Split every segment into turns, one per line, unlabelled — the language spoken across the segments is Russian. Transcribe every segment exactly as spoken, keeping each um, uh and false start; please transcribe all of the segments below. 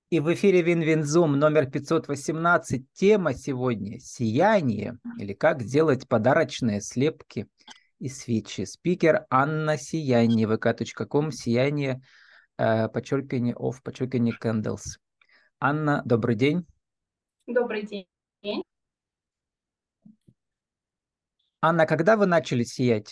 И в эфире Винвинзум номер пятьсот восемнадцать. Тема сегодня — сияние, или как сделать подарочные слепки и свечи. Спикер Анна Сияние, вэ ка точка ком, сияние, э, подчеркивание of, подчеркивание candles. Анна, добрый день.
Добрый день.
Анна, когда вы начали сиять?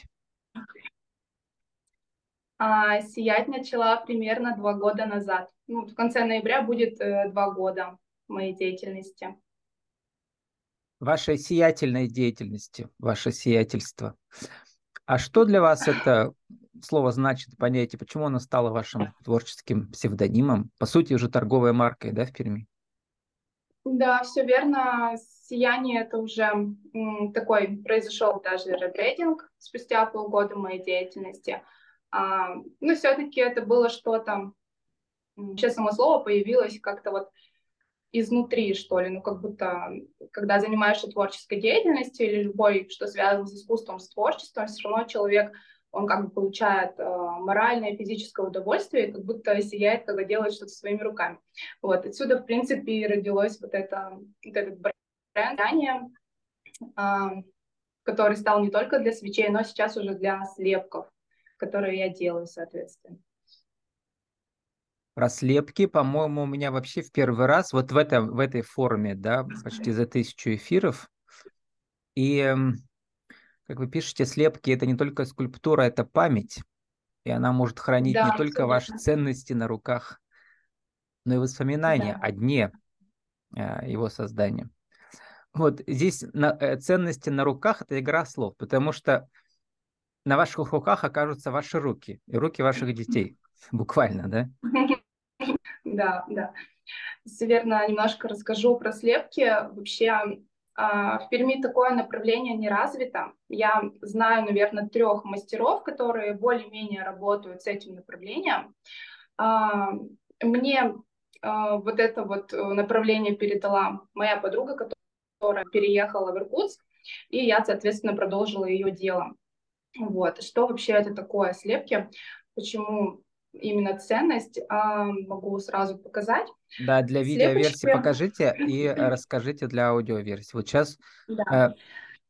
А, сиять начала примерно два года назад. Ну, в конце ноября будет э, два года моей деятельности.
Вашей сиятельной деятельности, ваше сиятельство. А что для вас это слово значит, понятие? Почему оно стало вашим творческим псевдонимом? По сути, уже торговой маркой, да, в Перми?
Да, все верно. Сияние это уже м, такой произошел даже ребрендинг спустя полгода моей деятельности. А, но все-таки это было что-то. м, Вообще само слово появилось как-то вот изнутри, что ли, ну, как будто, когда занимаешься творческой деятельностью или любой, что связано с искусством, с творчеством, все равно человек, он как бы получает э, моральное и физическое удовольствие, как будто сияет, когда делает что-то своими руками. Вот, отсюда, в принципе, и родилось вот, это, вот этот бренд, здание, э, который стал не только для свечей, но сейчас уже для слепков, которые я делаю, соответственно.
Про слепки, по-моему, у меня вообще в первый раз, вот в, этом, в этой форме, да, почти за тысячу эфиров. И, эм, как вы пишете, слепки — это не только скульптура, это память. И она может хранить не
Да, все
только ваши
верно.
ценности на руках, но и воспоминания
Да.
о дне э, его создания. Вот здесь на, э, ценности на руках — это игра слов, потому что на ваших руках окажутся ваши руки и руки ваших детей. Буквально, да?
Да, да. Верно, немножко расскажу про слепки. Вообще, а, в Перми такое направление не развито. Я знаю, наверное, трех мастеров, которые более-менее работают с этим направлением. А, Мне а, вот это вот э, направление передала моя подруга, которая переехала в Иркутск, и я, соответственно, продолжила ее дело. Вот. Что вообще это такое слепки? Почему именно ценность? А, Могу сразу показать.
Да, для видеоверсии
Слепочки,
покажите и э, расскажите для аудиоверсии. Вот сейчас
да.
э,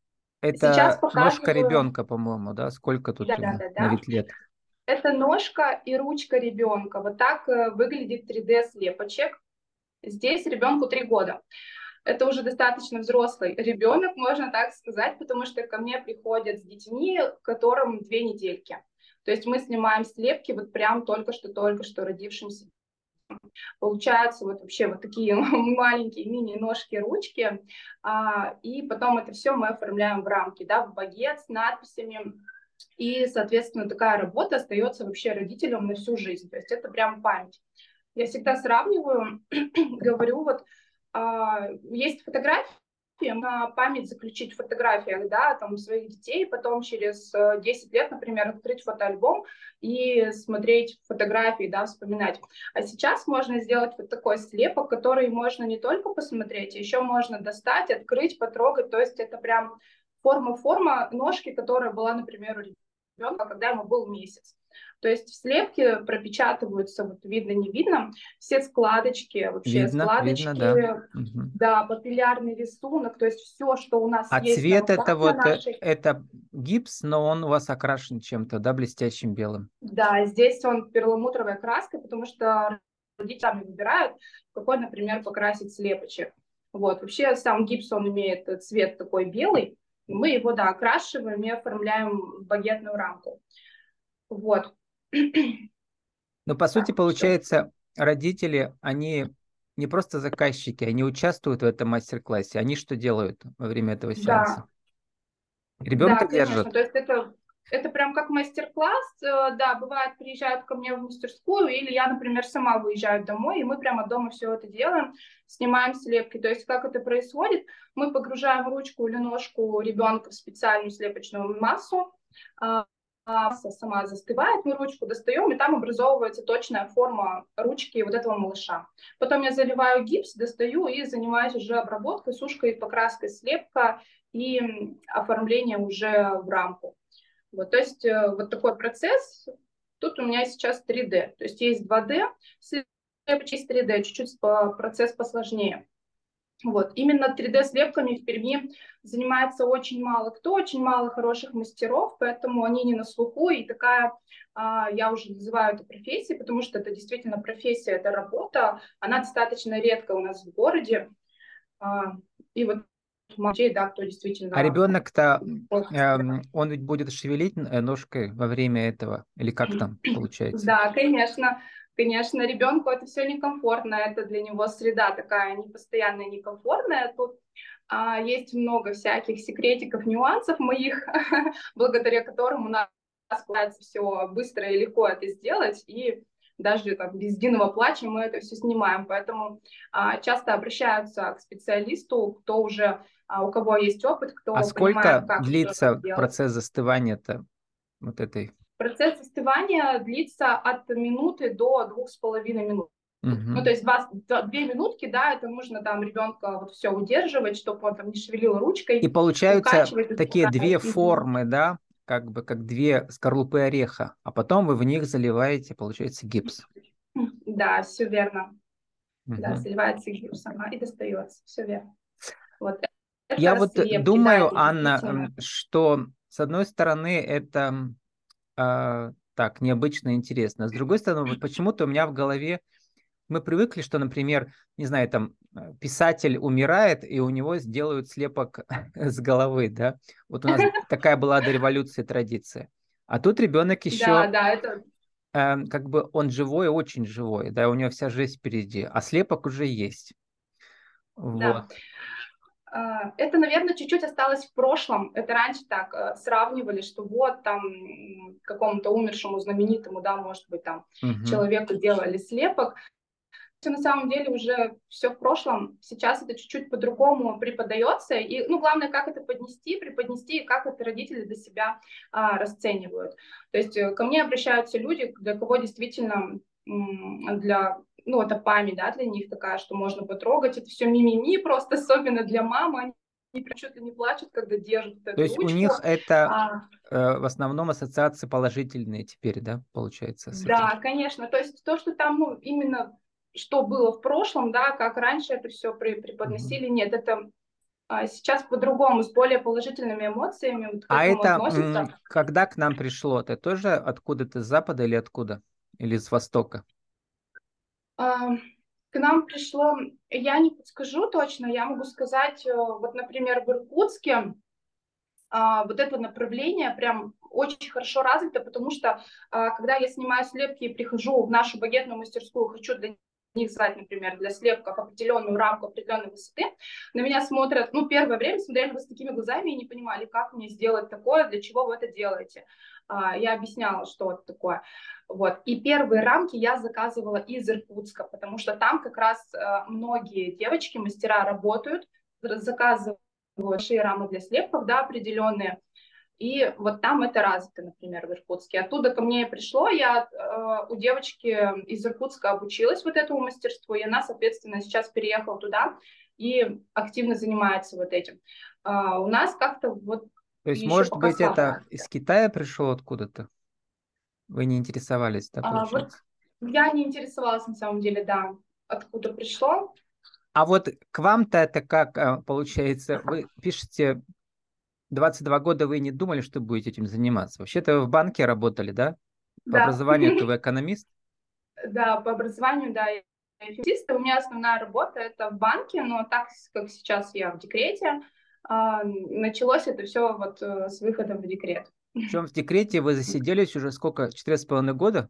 Сейчас
это ножка
показываю,
ребенка, по-моему, да? Сколько тут ему на
да-да-да-да.
вид лет?
Это ножка и ручка ребенка. Вот так э, выглядит три дэ-слепочек. Здесь ребенку три года. Это уже достаточно взрослый ребенок, можно так сказать, потому что ко мне приходят с детьми, которым две недельки. То есть мы снимаем слепки вот прям только что, только что родившимся. Получаются вот вообще вот такие маленькие мини-ножки, ручки, а, и потом это все мы оформляем в рамки, да, в багет с надписями, и, соответственно, такая работа остается вообще родителям на всю жизнь, то есть это прям память. Я всегда сравниваю, говорю, вот а, есть фотографии, на память заключить в фотографиях, да, там, своих детей, потом через э, десять лет, например, открыть фотоальбом и смотреть фотографии, да, вспоминать. А сейчас можно сделать вот такой слепок, который можно не только посмотреть, еще можно достать, открыть, потрогать, то есть это прям форма-форма ножки, которая была, например, у ребенка, когда ему был месяц. То есть в слепке пропечатываются, вот видно, не видно, все складочки, вообще
Видно, видно, да.
складочки,
Мгм.
да, папиллярный рисунок, то есть все, что у нас
А
есть на
цвет это
руках на
вот, э,
нашей.
это гипс, но он у вас окрашен чем-то, да, блестящим белым.
Да, здесь он перламутровая краска, потому что родители сами выбирают, какой, например, покрасить слепочек. Вот, вообще сам гипс, он имеет цвет такой белый, мы его, да, окрашиваем и оформляем в багетную рамку. Вот.
Но по сути
Так, что?
получается, родители, они не просто заказчики, они участвуют в этом мастер-классе. Они что делают во время этого сеанса?
Да, да,
Ребенка
конечно.
держат.
То есть это, это прям как мастер-класс. Э, Да, бывает, приезжают ко мне в мастерскую, или я, например, сама выезжаю домой, и мы прямо дома все это делаем, снимаем слепки. То есть как это происходит? Мы погружаем ручку или ножку ребенка в специальную слепочную массу, а, а масса сама застывает, мы ручку достаем, и там образовывается точная форма ручки вот этого малыша. Потом я заливаю гипс, достаю и занимаюсь уже обработкой, сушкой, покраской слепка, и оформление уже в рамку. Вот, то есть э, вот такой процесс. Тут у меня сейчас три дэ. То есть есть два дэ через три дэ, чуть-чуть по- процесс посложнее. Вот. Именно три дэ-слепками в Перми занимается очень мало кто, очень мало хороших мастеров, поэтому они не на слуху, и такая, а, я уже называю это профессией, потому что это действительно профессия, это работа, она достаточно редко у нас в городе, а, и вот людей, да, кто
А
действительно...
ребенок-то, эм, он ведь будет шевелить э, ножкой во время этого, или как там получается?
Да, конечно, конечно, ребенку это все некомфортно, это для него среда такая непостоянная, некомфортная. Тут а, есть много всяких секретиков, нюансов моих, благодаря которым у нас получается все быстро и легко это сделать, и даже там, без единого плача мы это все снимаем. Поэтому а, часто обращаются к специалисту, кто уже, а, у кого есть опыт,
А
кто понимает,
сколько
как что
длится
делать.
процесс застывания-то вот этой?
Процесс остывания длится от минуты до двух с половиной минут. Ну, то
Мгм.
есть два, два- две минутки, да, это нужно там ребенка вот все удерживать, чтобы он там не шевелил
И
ручкой,
получаются
укачивать.
такие две
Мгм.
формы, да, как бы как две скорлупы ореха, а потом вы в них заливаете, получается, гипс.
Да, все верно. Да,
Мгм.
сливается гипс, ага, и достается. Все верно. Вот
Я
это
вот
слепки, да,
думаю,
это
Анна,
действительно.
м, что с одной стороны это а, так необычно и интересно, с другой стороны вот почему-то у меня в голове мы привыкли, что, например, не знаю, там э, писатель умирает, и у него сделают слепок с головы, да. Вот у нас такая была до революции традиция. А тут ребенок
Да,
еще,
да, это,
э, как бы он живой, очень живой, да, у него вся жизнь впереди, а слепок уже есть. Вот.
да. А, Это, наверное, чуть-чуть осталось в прошлом. Это раньше так э, сравнивали, что вот там м, какому-то умершему знаменитому, да, может быть, там
Мгм.
человеку делали слепок. Всё на самом деле уже все в прошлом. Сейчас это чуть-чуть по-другому преподается. И, ну, главное, как это поднести, преподнести, и как это родители для себя а, расценивают. То есть э, ко мне обращаются люди, для кого действительно м, для, ну, это память, да, для них такая, что можно потрогать. Это все мимими просто, особенно для мамы. Они они прям чуть ли не плачут, когда держат вот
То
эту
есть у них
ручку.
это
А,
э, в основном ассоциации положительные теперь, да, получается, с этим.
Да, конечно. То есть то, что там, ну, именно что было в прошлом, да, как раньше это все
Мгм.
преподносили, нет, это а, сейчас по-другому, с более положительными эмоциями вот к
А
этому
это м,
относятся.
когда к нам пришло? Это тоже откуда-то с запада или откуда? Или с востока?
А, К нам пришло, я не подскажу точно, я могу сказать, э, вот, например, в Иркутске а, вот это направление прям очень хорошо развито, потому что а, когда я снимаю слепки и прихожу в нашу багетную мастерскую, хочу для них создать, например, для слепков определенную рамку определенной высоты, на меня смотрят, ну, первое время смотрели бы с такими глазами и не понимали, как мне сделать такое, для чего вы это делаете. А, я объясняла, что это такое. Вот. И первые рамки я заказывала из Иркутска, потому что там как раз а, многие девочки, мастера работают, заказывают большие рамы для слепков, да, определенные. И вот там это развито, например, в Иркутске. Оттуда ко мне пришло, я э, у девочки из Иркутска обучилась вот этому мастерству, и она, соответственно, сейчас переехала туда и активно занимается вот этим. А у нас как-то вот
То есть,
еще
может
пока
быть,
слабо.
это из Китая пришло откуда-то? Вы не интересовались, да,
А, вот
получается?
я не интересовалась на самом деле, да, откуда пришло.
А вот к вам-то это как а, получается? Вы пишете двадцать два года, вы не думали, что будете этим заниматься? Вообще-то вы в банке работали, да? По
Да,
образованию-то вы экономист?
да, по образованию, да, я финансист. У меня основная работа это в банке, но так как сейчас я в декрете, а, началось это все вот э, с выходом в декрет.
Причем в декрете вы засиделись уже сколько? Четыре с половиной года?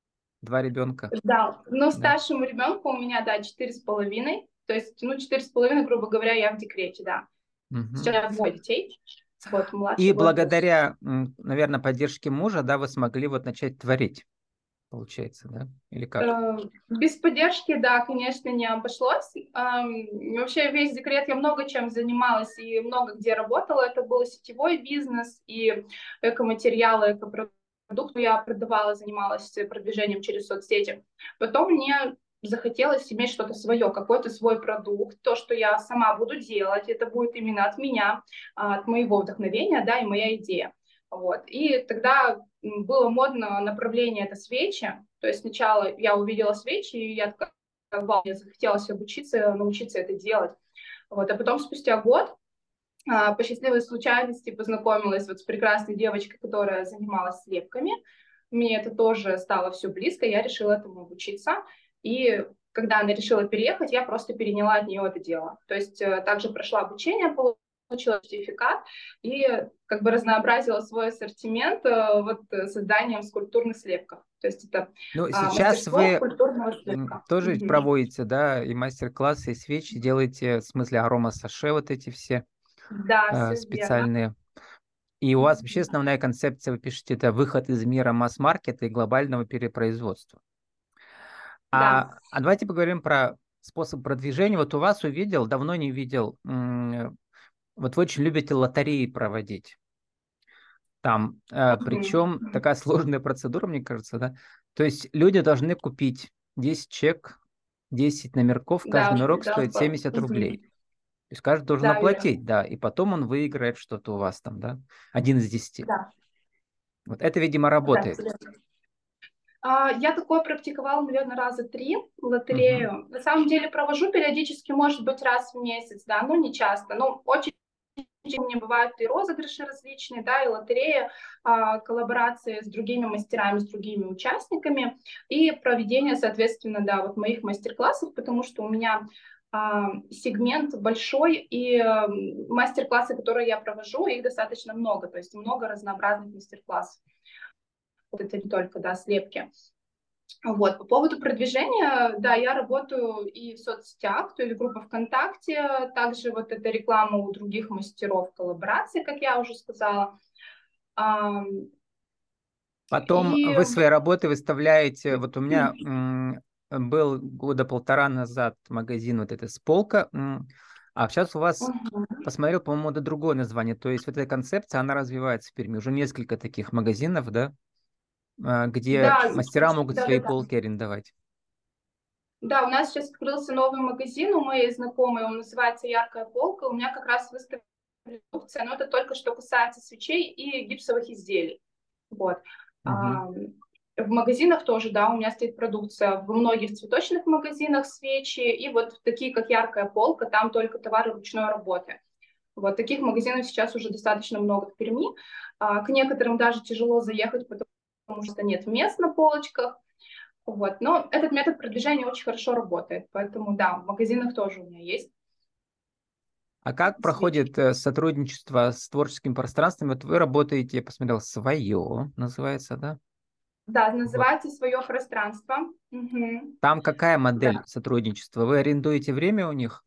Два ребенка,
Да, но
да?
старшему ребенку у меня, да, четыре с половиной, то есть, ну, четыре с половиной, грубо говоря, я в декрете, да. Сейчас
Мгм.
у меня двое детей, вот,
И
младший год плюс.
благодаря, наверное, поддержке мужа, да, вы смогли вот начать творить, получается, да? Или как?
Э, Без поддержки, да, конечно, не обошлось. Эм, Вообще весь декрет я много чем занималась и много где работала. Это был сетевой бизнес и экоматериалы, экопродукты я продавала, занималась продвижением через соцсети. Потом мне захотелось иметь что-то свое, какой-то свой продукт, то, что я сама буду делать, это будет именно от меня, а, от моего вдохновения, да, и моя идея. Вот. И тогда было модно направление это свечи. То есть сначала я увидела свечи, и я такая, вау, мне захотелось обучиться, научиться это делать. Вот. А потом спустя год а, по счастливой случайности познакомилась вот с прекрасной девочкой, которая занималась слепками. Мне это тоже стало все близко, я решила этому обучиться. И когда она решила переехать, я просто переняла от нее это дело. То есть э, также прошла обучение, получила сертификат и как бы разнообразила свой ассортимент э, вот э, созданием скульптурных слепков. То есть это
Ну,
а,
сейчас
мастерство
вы
скульптурного
м,
слепка.
тоже ведь
Мгм.
проводите, да, и мастер-классы, и свечи делаете, в смысле арома-саше вот эти все
Да,
э,
все верно.
специальные. И у вас вообще
Мгм.
основная концепция, вы пишете, это выход из мира масс-маркета и глобального перепроизводства.
Да.
А, а давайте поговорим про способ продвижения. Вот у вас увидел, давно не видел, м, вот вы очень любите лотереи проводить. Там, э, причем
Мгм.
такая сложная процедура, мне кажется, да. То есть люди должны купить десять чек, десять номерков, каждый
Да,
номерок
да,
стоит
по-
семьдесят рублей.
мгм.
То есть каждый должен
Да, верно.
оплатить, да, и потом он выиграет что-то у вас там, да, один из десяти.
Да,
Вот это, видимо,
да,
работает.
верно. А, Я такое практиковала, наверное, раза три
Мгм.
лотерею. На самом деле провожу периодически, может быть, раз в месяц, да, но не часто. Но очень у меня бывают и розыгрыши различные, да, и лотереи, а, коллаборации с другими мастерами, с другими участниками и проведение, соответственно, да, вот моих мастер-классов, потому что у меня а, сегмент большой, и а, мастер-классы, которые я провожу, их достаточно много, то есть много разнообразных мастер-классов. Вот это не только, да, слепки. Вот, по поводу продвижения, да, я работаю и в соцсетях, то есть группа ВКонтакте, также вот это реклама у других мастеров коллаборации, как я уже сказала. Ам,
Потом
И
вы свои работы выставляете, вот у меня м, был года полтора назад магазин вот это «Сполка», м, а сейчас у вас,
Мгм.
посмотрел, по-моему, это другое название, то есть вот эта концепция, она развивается в Перми, уже несколько таких магазинов, да, а, где
Да,
мастера могут
да, да,
свои
да.
полки арендовать.
Да, у нас сейчас открылся новый магазин у моей знакомой, он называется «Яркая полка». У меня как раз выставлена продукция, но это только что касается свечей и гипсовых изделий. Вот.
Мгм.
А, В магазинах тоже, да, у меня стоит продукция. В многих цветочных магазинах свечи, и вот такие, как «Яркая полка», там только товары ручной работы. Вот таких магазинов сейчас уже достаточно много в Перми. А, К некоторым даже тяжело заехать, потому что нет мест на полочках. Вот. Но этот метод продвижения очень хорошо работает, поэтому да, в магазинах тоже у меня есть
А как
свечи.
проходит э, сотрудничество с творческим пространством? Вот вы работаете, я посмотрел, «Свое» называется, да?
Да,
Вот.
называется «Свое пространство». Мгм.
Там какая
Да.
модель сотрудничества? Вы арендуете время у них?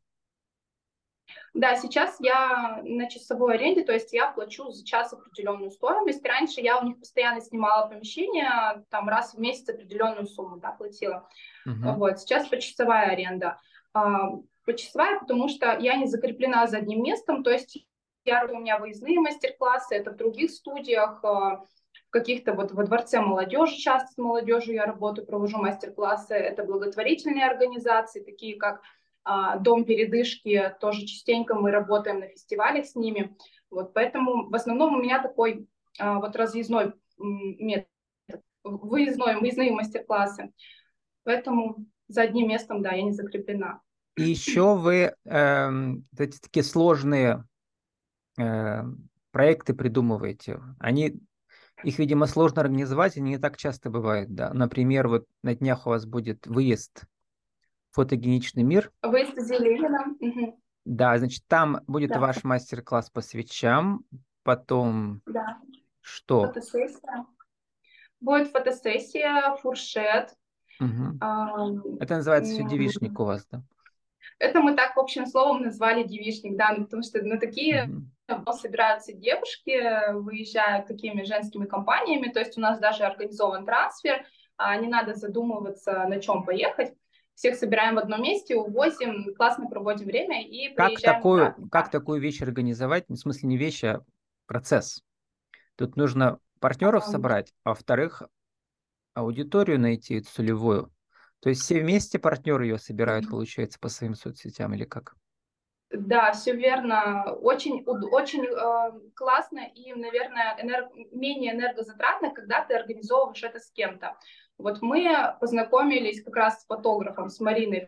Да, сейчас я на часовой аренде, то есть я плачу за час определенную стоимость. Раньше я у них постоянно снимала помещение, там раз в месяц определенную сумму, да, платила.
Мгм.
Вот, сейчас почасовая аренда. А, Почасовая, потому что я не закреплена за одним местом, то есть я, у меня выездные мастер-классы, это в других студиях, а, в каких-то вот во Дворце молодежи, часто с молодежью я работаю, провожу мастер-классы, это благотворительные организации, такие как а, Дом передышки, тоже частенько мы работаем на фестивалях с ними, вот, поэтому в основном у меня такой а, вот разъездной метод, выездной, выездные мастер-классы, поэтому за одним местом, да, я не закреплена.
И еще вы эм, вот эти такие сложные э, проекты придумываете. Они, их, видимо, сложно организовать, они не так часто бывают, да. Например, вот на днях у вас будет выезд в фотогеничный мир.
Выезд из Ленина. Мгм.
Да, значит, там будет
Да,
ваш мастер-класс по свечам, потом
да,
что?
фотосессия. Будет фотосессия, фуршет.
Мгм.
ам,
Это называется все девичник
м,
у вас, да?
Это мы так общим словом назвали девичник, да, ну, потому что на такие
Мгм.
собираются девушки, выезжают такими женскими компаниями, то есть у нас даже организован трансфер, а не надо задумываться, на чем поехать. Всех собираем в одном месте, увозим, классно проводим время и
Как
приезжаем
такую,
обратно.
как такую вещь организовать? Ну, в смысле, не вещь, а процесс. Тут нужно партнеров
Ам,
собрать, а во-вторых, аудиторию найти целевую. То есть все вместе партнеры ее собирают, получается, по своим соцсетям или как?
Да, все верно. Очень, уд- очень э, классно и, наверное, энер- менее энергозатратно, когда ты организовываешь это с кем-то. Вот мы познакомились как раз с фотографом, с Мариной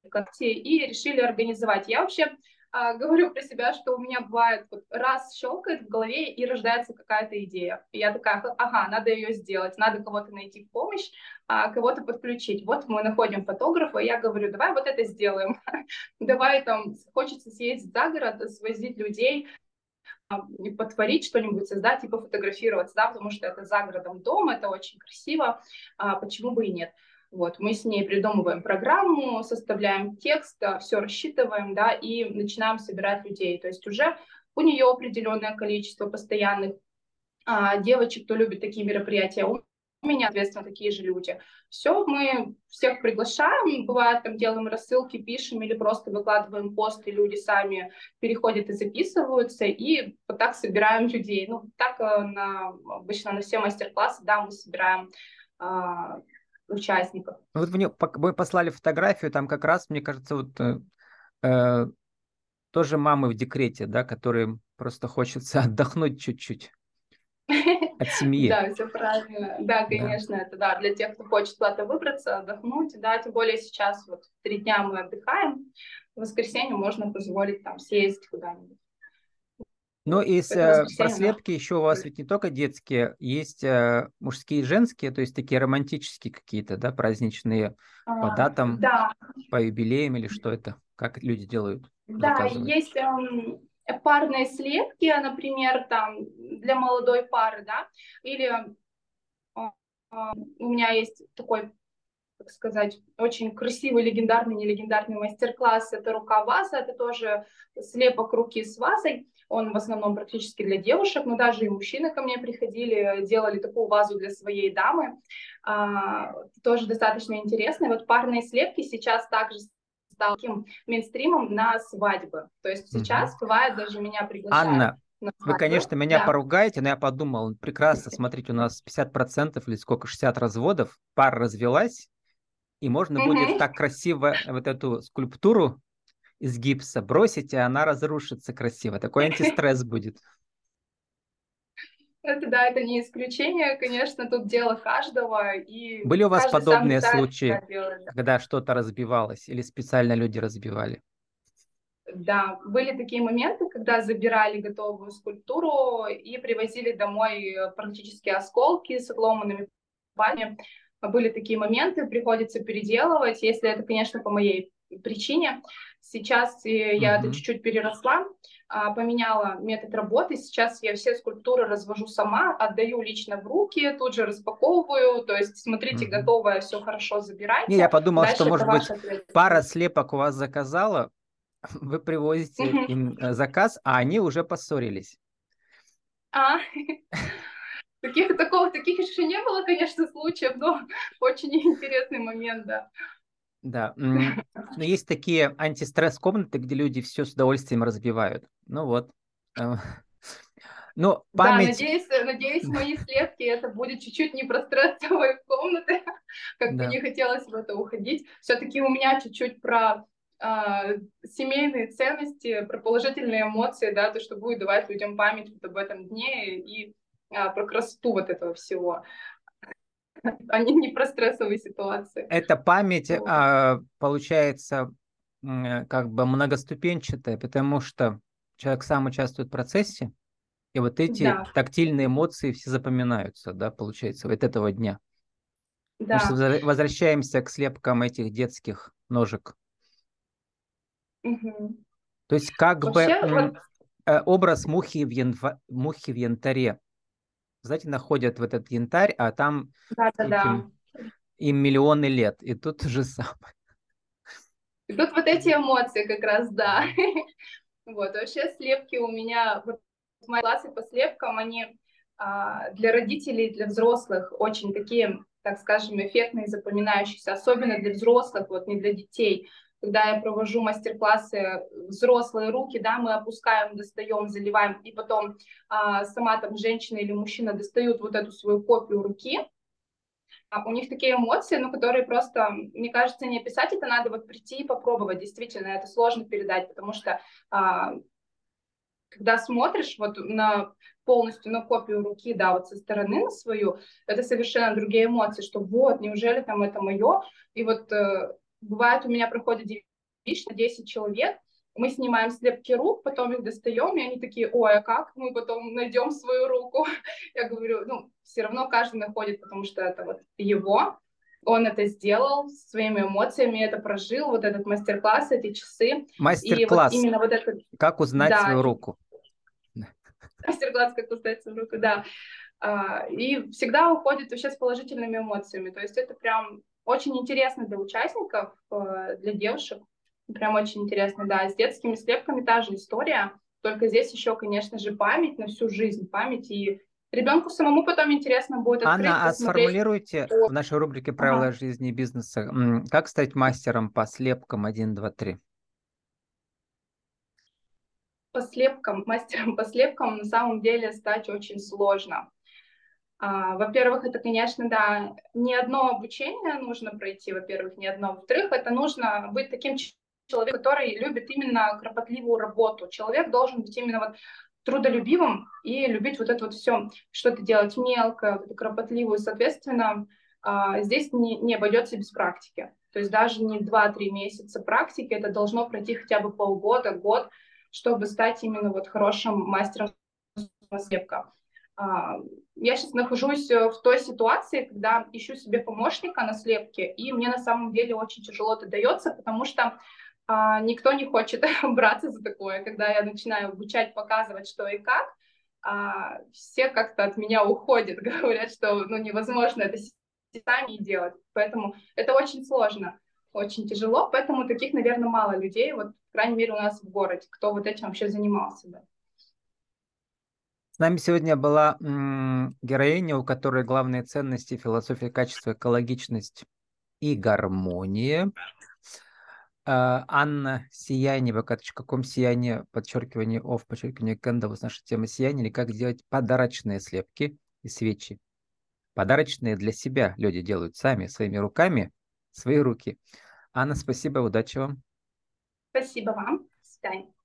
и решили организовать. Я вообще а, говорю про себя, что у меня бывает вот раз щелкает в голове и рождается какая-то идея. И я такая, ага, надо ее сделать, надо кого-то найти в помощь, а, кого-то подключить. Вот мы находим фотографа, и я говорю, давай вот это сделаем. Давай там, хочется съездить за город, свозить людей, и потворить что-нибудь, создать и пофотографироваться, да, потому что это за городом дом, это очень красиво, а почему бы и нет. Вот, мы с ней придумываем программу, составляем текст, все рассчитываем, да, и начинаем собирать людей. То есть уже у нее определенное количество постоянных а, девочек, кто любит такие мероприятия, у меня, соответственно, такие же люди. Все, мы всех приглашаем, бывает, там делаем рассылки, пишем или просто выкладываем пост, и люди сами переходят и записываются, и вот так собираем людей. Ну, так на, обычно на все мастер-классы, да, мы собираем а, участников.
Вот мне, вы послали фотографию, там как раз, мне кажется, вот э, э, тоже мамы в декрете, да, которым просто хочется отдохнуть чуть-чуть от семьи.
Да, все правильно. Да, конечно, это да, для тех, кто хочет куда-то выбраться, отдохнуть, да, тем более сейчас вот три дня мы отдыхаем, в воскресенье можно позволить там съездить куда-нибудь.
Ну, из э, про слепки еще у вас ведь не только детские, есть э, мужские и женские, то есть такие романтические какие-то, да, праздничные
а,
по датам,
да.
по юбилеям или что это? Как люди делают?
Да,
Заказывают?
есть эм, парные слепки, например, там для молодой пары, да, или э, э, у меня есть такой, так сказать, очень красивый, легендарный, не легендарный мастер-класс, это рука ваза, это тоже слепок руки с вазой, он в основном практически для девушек, но даже и мужчины ко мне приходили, делали такую вазу для своей дамы, а, тоже достаточно интересно. И вот парные слепки сейчас также стал таким мейнстримом на свадьбы, то есть сейчас
Угу.
бывает, даже меня приглашают
Анна,
на
вы,
свадьбу,
конечно, меня
да.
поругаете, но я подумал, прекрасно, смотрите, у нас пятьдесят процентов или сколько, шестьдесят разводов, пара развелась, и можно будет
Мгм.
так красиво вот эту скульптуру из гипса бросить, и она разрушится красиво. Такой антистресс будет.
Это да, это не исключение, конечно, тут дело каждого, и
Были у вас
каждый сам
подобные
решает,
случаи,
как делать.
когда что-то разбивалось или специально люди разбивали?
Да, были такие моменты, когда забирали готовую скульптуру и привозили домой практически осколки с отломанными пальцами. Были такие моменты, приходится переделывать, если это, конечно, по моей причине. Сейчас я это
Угу.
чуть-чуть переросла, а, поменяла метод работы. Сейчас я все скульптуры развожу сама, отдаю лично в руки, тут же распаковываю. То есть, смотрите,
Угу.
готовое, все хорошо
Не, я
забирайте.
подумал, что,
Дальше это
может быть,
ваша
пара
ответственность.
слепок у вас заказала, вы привозите им э, заказ, а они уже поссорились.
А, таких, такого, таких еще не было, конечно, случаев, но очень интересный момент, да.
Да. м, Но есть такие антистресс-комнаты, где люди все с удовольствием разбивают. Ну вот. Э, Но
Да,
память...
надеюсь, надеюсь, мои слепки это будет чуть-чуть не про стрессовые комнаты, как бы
Да.
не хотелось в это уходить. Все-таки у меня чуть-чуть про а, семейные ценности, про положительные эмоции, да, то, что будет давать людям память вот об этом дне и а, про красоту вот этого всего, а не, не про стрессовые ситуации.
Эта память,
Вот.
а, получается, м, э, как бы многоступенчатая, потому что человек сам участвует в процессе, и вот эти
Да,
тактильные эмоции все запоминаются, да, получается, вот этого дня. Мы сейчас
да.
возра- возвращаемся к слепкам этих детских ножек.
Мгм.
То есть как бы
Вообще, вот,
м, э, образ мухи в, янва- мухи в янтаре. Знаете, находят в этот янтарь, а там
да-да-да.
этим им миллионы лет. И тут то же самое.
И тут вот эти эмоции как раз, да. Вот, вообще слепки у меня, вот мои классы по слепкам, они а, для родителей, для взрослых очень такие, так скажем, эффектные, запоминающиеся, особенно для взрослых, вот не для детей. Когда я провожу мастер-классы, взрослые руки, да, мы опускаем, достаем, заливаем, и потом а, сама там женщина или мужчина достают вот эту свою копию руки, а у них такие эмоции, ну, которые просто, мне кажется, не описать, это надо вот прийти и попробовать. Действительно, это сложно передать, потому что а, когда смотришь вот на полностью на копию руки, да, вот со стороны на свою, это совершенно другие эмоции, что вот, неужели там это мое? И вот э, бывает у меня проходят лично десять человек. Мы снимаем слепки рук, потом их достаем, и они такие: ой, а как мы потом найдем свою руку? Я говорю, ну, все равно каждый находит, потому что это вот его, он это сделал своими эмоциями, это прожил, вот этот мастер-класс, эти часы. И вот
Мастер-класс.
именно вот это,
Как узнать
да,
свою руку?
мастер-класс, как поставить свою руку, да. А, и всегда уходит вообще с положительными эмоциями. То есть это прям очень интересно для участников, э, для девушек. Прям очень интересно, да. С детскими слепками та же история, только здесь еще, конечно же, память на всю жизнь, память. И ребенку самому потом интересно будет открыть,
Анна, а
посмотреть.
сформулируйте в нашей рубрике «Правила
Ага.
жизни и бизнеса», м, как стать мастером по слепкам один, два, три?
По слепкам, мастером по слепкам на самом деле стать очень сложно. А, во-первых, это, конечно, да, не одно обучение нужно пройти, во-первых, не одно. Во-вторых, это нужно быть таким человеком, который любит именно кропотливую работу. Человек должен быть именно вот трудолюбивым и любить вот это вот все, что-то делать мелко, вот кропотливую. Соответственно, а, здесь не, не обойдется без практики. То есть даже не два-три месяца практики, это должно пройти хотя бы полгода, год, чтобы стать именно вот хорошим мастером слепка. А, я сейчас нахожусь э, в той ситуации, когда ищу себе помощника на слепке, и мне на самом деле очень тяжело это дается, потому что а, никто не хочет браться за такое. Когда я начинаю обучать, показывать, что и как, а, все как-то от меня уходят, говорят, что ну, невозможно это сами делать. Поэтому это очень сложно, очень тяжело, поэтому таких, наверное, мало людей, вот, по крайней мере, у нас в городе, кто вот этим вообще занимался бы.
С нами сегодня была м, героиня, у которой главные ценности, философия, качество, экологичность и гармония. А, Анна Сияние, вэ ка точка ком, сияние, подчеркивание, оф, подчеркивание, кэндалс, наша тема сияние, или как сделать подарочные слепки и свечи. Подарочные для себя люди делают сами, своими руками, свои руки. Анна, спасибо, удачи вам.
Спасибо вам. До свидания.